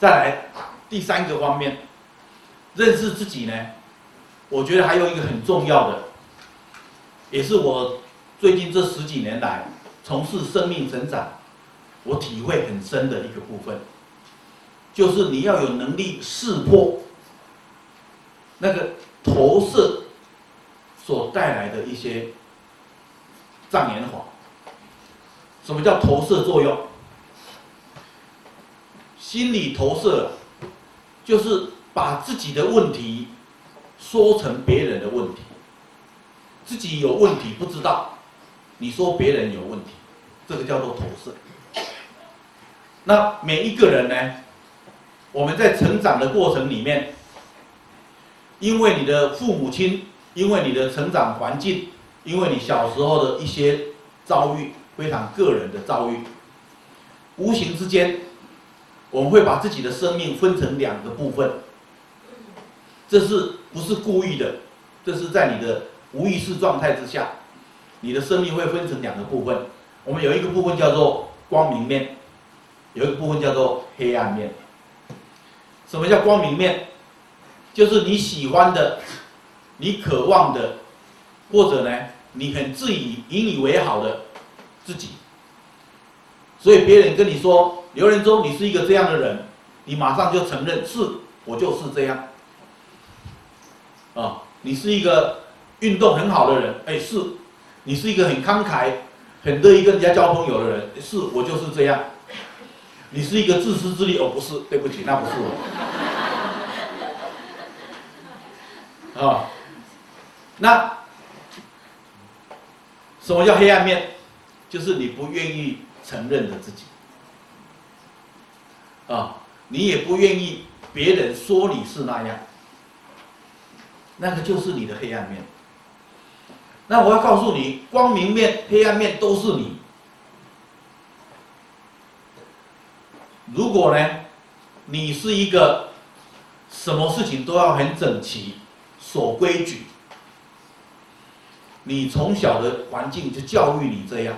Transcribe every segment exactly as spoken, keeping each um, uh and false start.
再来第三个方面，认识自己呢，我觉得还有一个很重要的，也是我最近这十几年来从事生命成长，我体会很深的一个部分，就是你要有能力识破那个投射所带来的一些障眼法。什么叫投射作用？心理投射就是把自己的问题说成别人的问题，自己有问题不知道，你说别人有问题，这个叫做投射。那每一个人呢，我们在成长的过程里面，因为你的父母亲，因为你的成长环境，因为你小时候的一些遭遇，非常个人的遭遇，无形之间，我们会把自己的生命分成两个部分，这是不是故意的？这是在你的无意识状态之下，你的生命会分成两个部分。我们有一个部分叫做光明面，有一个部分叫做黑暗面。什么叫光明面？就是你喜欢的，你渴望的，或者呢，你很自以引以为豪的自己。所以别人跟你说刘仁洲你是一个这样的人，你马上就承认是，我就是这样。啊，你是一个运动很好的人，哎，是，你是一个很慷慨、很乐意跟人家交朋友的人，是，我就是这样。你是一个自私自利，哦，不是，对不起，那不是我。啊，那什么叫黑暗面？就是你不愿意承认的自己。啊，你也不愿意别人说你是那样。那个就是你的黑暗面。那我要告诉你，光明面、黑暗面都是你。如果呢，你是一个什么事情都要很整齐、守规矩，你从小的环境就教育你这样，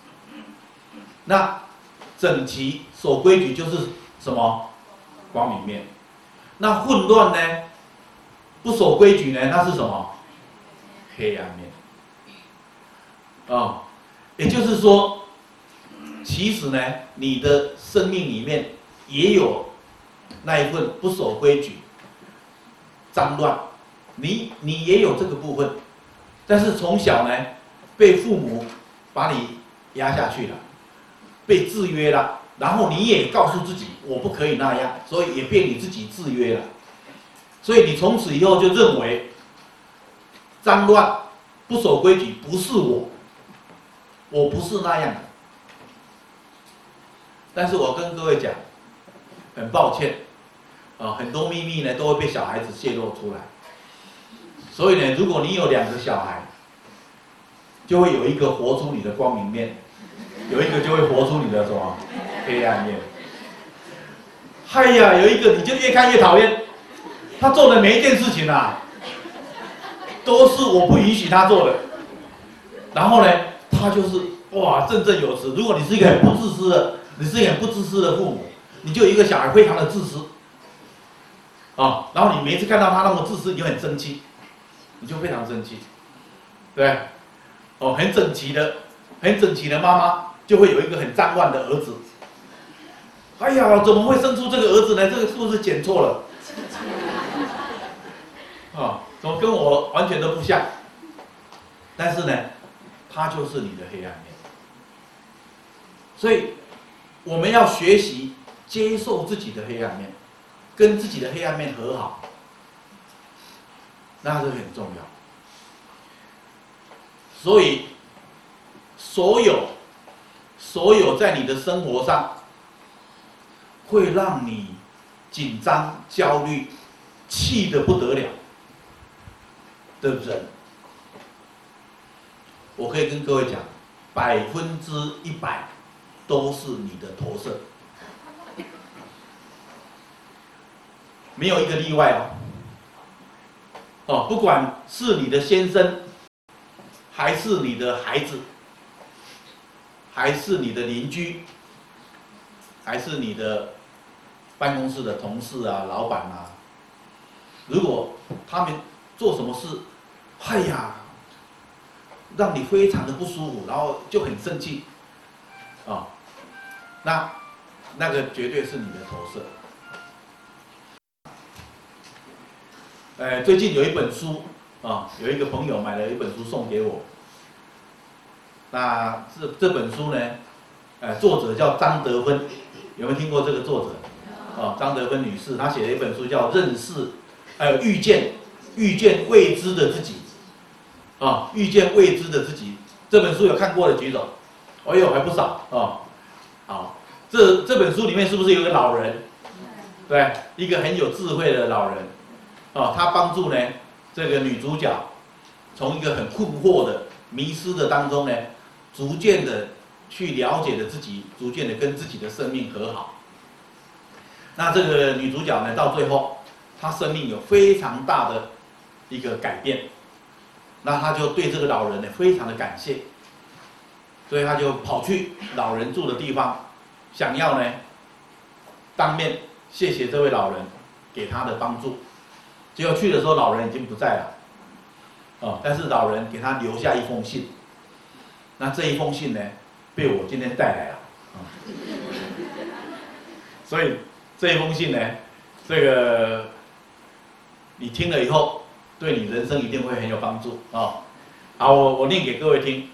那整齐、守规矩就是什么？光明面。那混乱呢？不守规矩呢？那是什么？黑暗面。啊、哦，也就是说，其实呢，你的生命里面也有那一份不守规矩、脏乱，你你也有这个部分，但是从小呢，被父母把你压下去了，被制约了，然后你也告诉自己我不可以那样，所以也被你自己制约了，所以你从此以后就认为脏乱、不守规矩不是我。我不是那样的，但是我跟各位讲，很抱歉，啊，很多秘密呢都会被小孩子泄露出来。所以呢，如果你有两个小孩，就会有一个活出你的光明面，有一个就会活出你的什么黑暗面。嗨呀，有一个你就越看越讨厌，他做的每一件事情啊，都是我不允许他做的。然后呢？他就是哇振振有词。如果你是一个很不自私的，你是一个很不自私的父母，你就有一个小孩非常的自私，啊、哦，然后你每一次看到他那么自私，你就很生气，你就非常生气，对，哦，很整齐的，很整齐的妈妈就会有一个很脏乱的儿子。哎呀，怎么会生出这个儿子呢？这个是不是捡错了？啊、哦，怎么跟我完全都不像？但是呢？它就是你的黑暗面，所以我们要学习接受自己的黑暗面，跟自己的黑暗面和好，那是很重要。所以，所有所有在你的生活上会让你紧张、焦虑、气得不得了的人，我可以跟各位讲，百分之一百都是你的投射，没有一个例外哦。哦，不管是你的先生，还是你的孩子，还是你的邻居，还是你的办公室的同事啊、老板啊，如果他们做什么事，哎呀，让你非常的不舒服，然后就很生气，啊，那那个绝对是你的投射。呃，最近有一本书啊，有一个朋友买了一本书送给我。那这这本书呢，呃，作者叫张德芬，有没有听过这个作者？哦，张德芬女士，她写了一本书叫《认识，呃，遇见遇见未知的自己》，啊、哦，遇见未知的自己。这本书有看过的举手，哎呦，还不少哦。好，这这本书里面是不是有个老人？对，一个很有智慧的老人。哦，他帮助呢这个女主角从一个很困惑的、迷失的当中呢，逐渐的去了解了自己，逐渐的跟自己的生命和好。那这个女主角呢，到最后她生命有非常大的一个改变，那她就对这个老人呢非常的感谢，所以她就跑去老人住的地方，想要呢当面谢谢这位老人给她的帮助。结果去的时候，老人已经不在了，哦，但是老人给他留下一封信。那这一封信呢，被我今天带来了，哦，所以这一封信呢，这个你听了以后，对你人生一定会很有帮助啊，哦。好，我我念给各位听。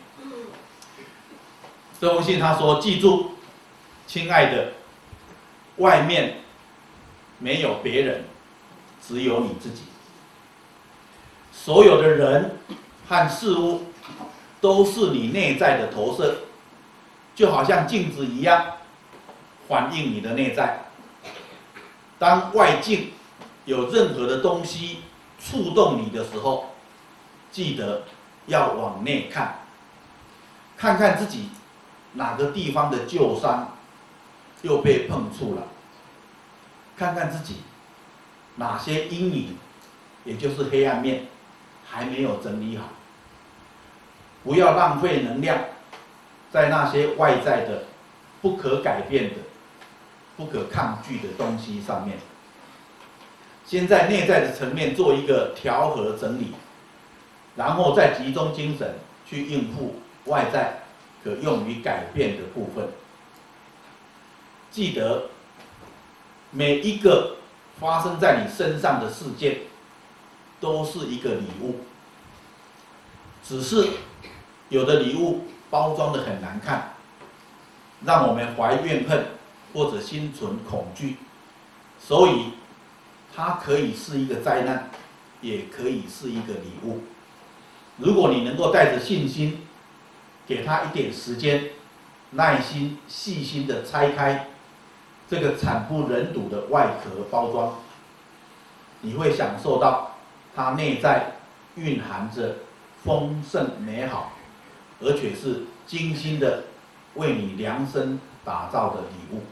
这封信他说：“记住，亲爱的，外面没有别人。”只有你自己，所有的人和事物都是你内在的投射，就好像镜子一样，反映你的内在。当外境有任何的东西触动你的时候，记得要往内看，看看自己哪个地方的旧伤又被碰触了，看看自己哪些阴影，也就是黑暗面，还没有整理好。不要浪费能量在那些外在的、不可改变的、不可抗拒的东西上面。先在内在的层面做一个调和整理，然后再集中精神去应付外在可用于改变的部分。记得每一个发生在你身上的事件，都是一个礼物。只是有的礼物包装得很难看，让我们怀怨恨或者心存恐惧，所以它可以是一个灾难，也可以是一个礼物。如果你能够带着信心，给它一点时间，耐心细心地拆开这个惨不忍睹的外壳包装，你会享受到它内在蕴含着丰盛美好，而且是精心的为你量身打造的礼物。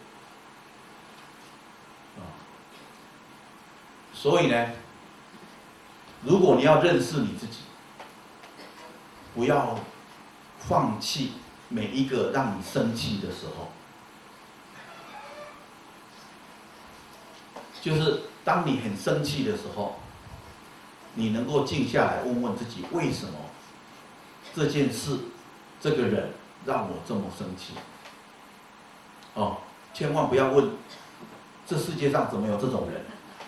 所以呢，如果你要认识你自己，不要放弃每一个让你生气的时候。就是当你很生气的时候，你能够静下来问问自己，为什么这件事、这个人让我这么生气？哦，千万不要问，这世界上怎么有这种人？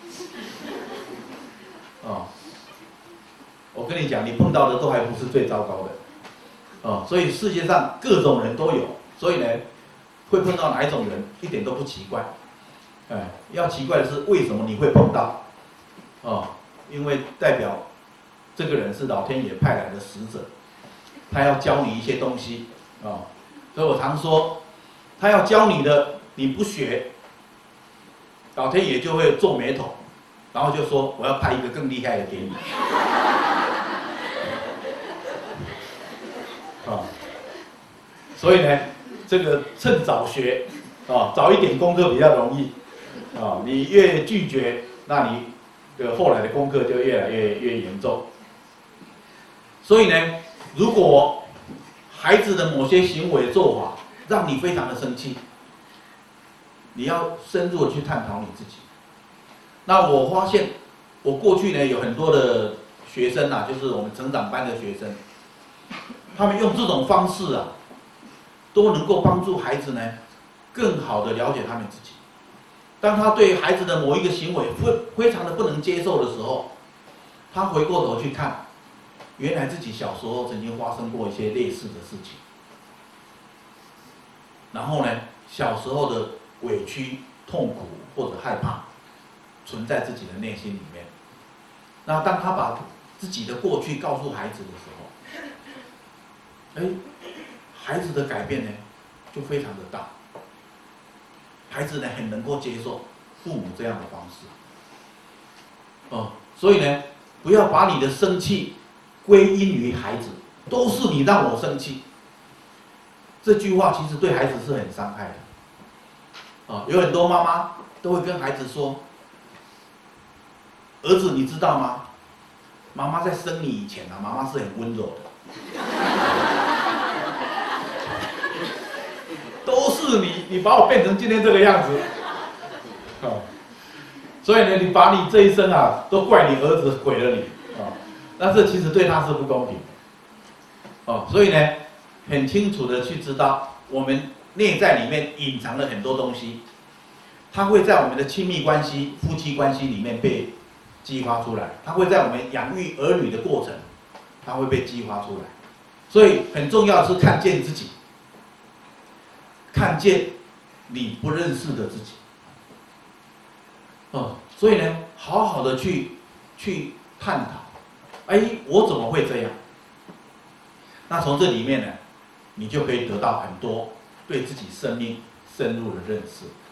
哦，我跟你讲，你碰到的都还不是最糟糕的。哦，所以世界上各种人都有，所以呢，会碰到哪一种人一点都不奇怪。哎，要奇怪的是为什么你会碰到？哦，因为代表这个人是老天爷派来的使者，他要教你一些东西啊，哦。所以我常说，他要教你的你不学，老天爷就会皱眉头，然后就说我要派一个更厉害的给你。啊，哦，所以呢，这个趁早学啊，哦，早一点功课比较容易。啊，哦，你越拒绝，那你的后来的功课就越来越越严重。所以呢，如果孩子的某些行为做法让你非常的生气， 你要深入的去探讨你自己。那我发现，我过去呢有很多的学生啊，就是我们成长班的学生，他们用这种方式啊，都能够帮助孩子呢，更好的了解他们自己。当他对孩子的某一个行为非非常的不能接受的时候，他回过头去看，原来自己小时候曾经发生过一些类似的事情，然后呢，小时候的委屈、痛苦或者害怕，存在自己的内心里面。那当他把自己的过去告诉孩子的时候，哎，孩子的改变呢，就非常的大。孩子呢，很能够接受父母这样的方式。哦，所以呢，不要把你的生气归因于孩子，都是你让我生气。这句话其实对孩子是很伤害的。啊，有很多妈妈都会跟孩子说：“儿子，你知道吗？妈妈在生你以前啊，妈妈是很温柔的。都是你，你把我变成今天这个样子。哦，所以呢，你把你这一生啊，都怪你儿子毁了你啊。那这其实对他是不公平的。哦，所以呢，很清楚的去知道，我们内在里面隐藏了很多东西，它会在我们的亲密关系、夫妻关系里面被激发出来，它会在我们养育儿女的过程，它会被激发出来。所以很重要的是看见自己。看见你不认识的自己，哦，所以呢，好好的去去探讨，哎，我怎么会这样？那从这里面呢，你就可以得到很多对自己生命深入的认识。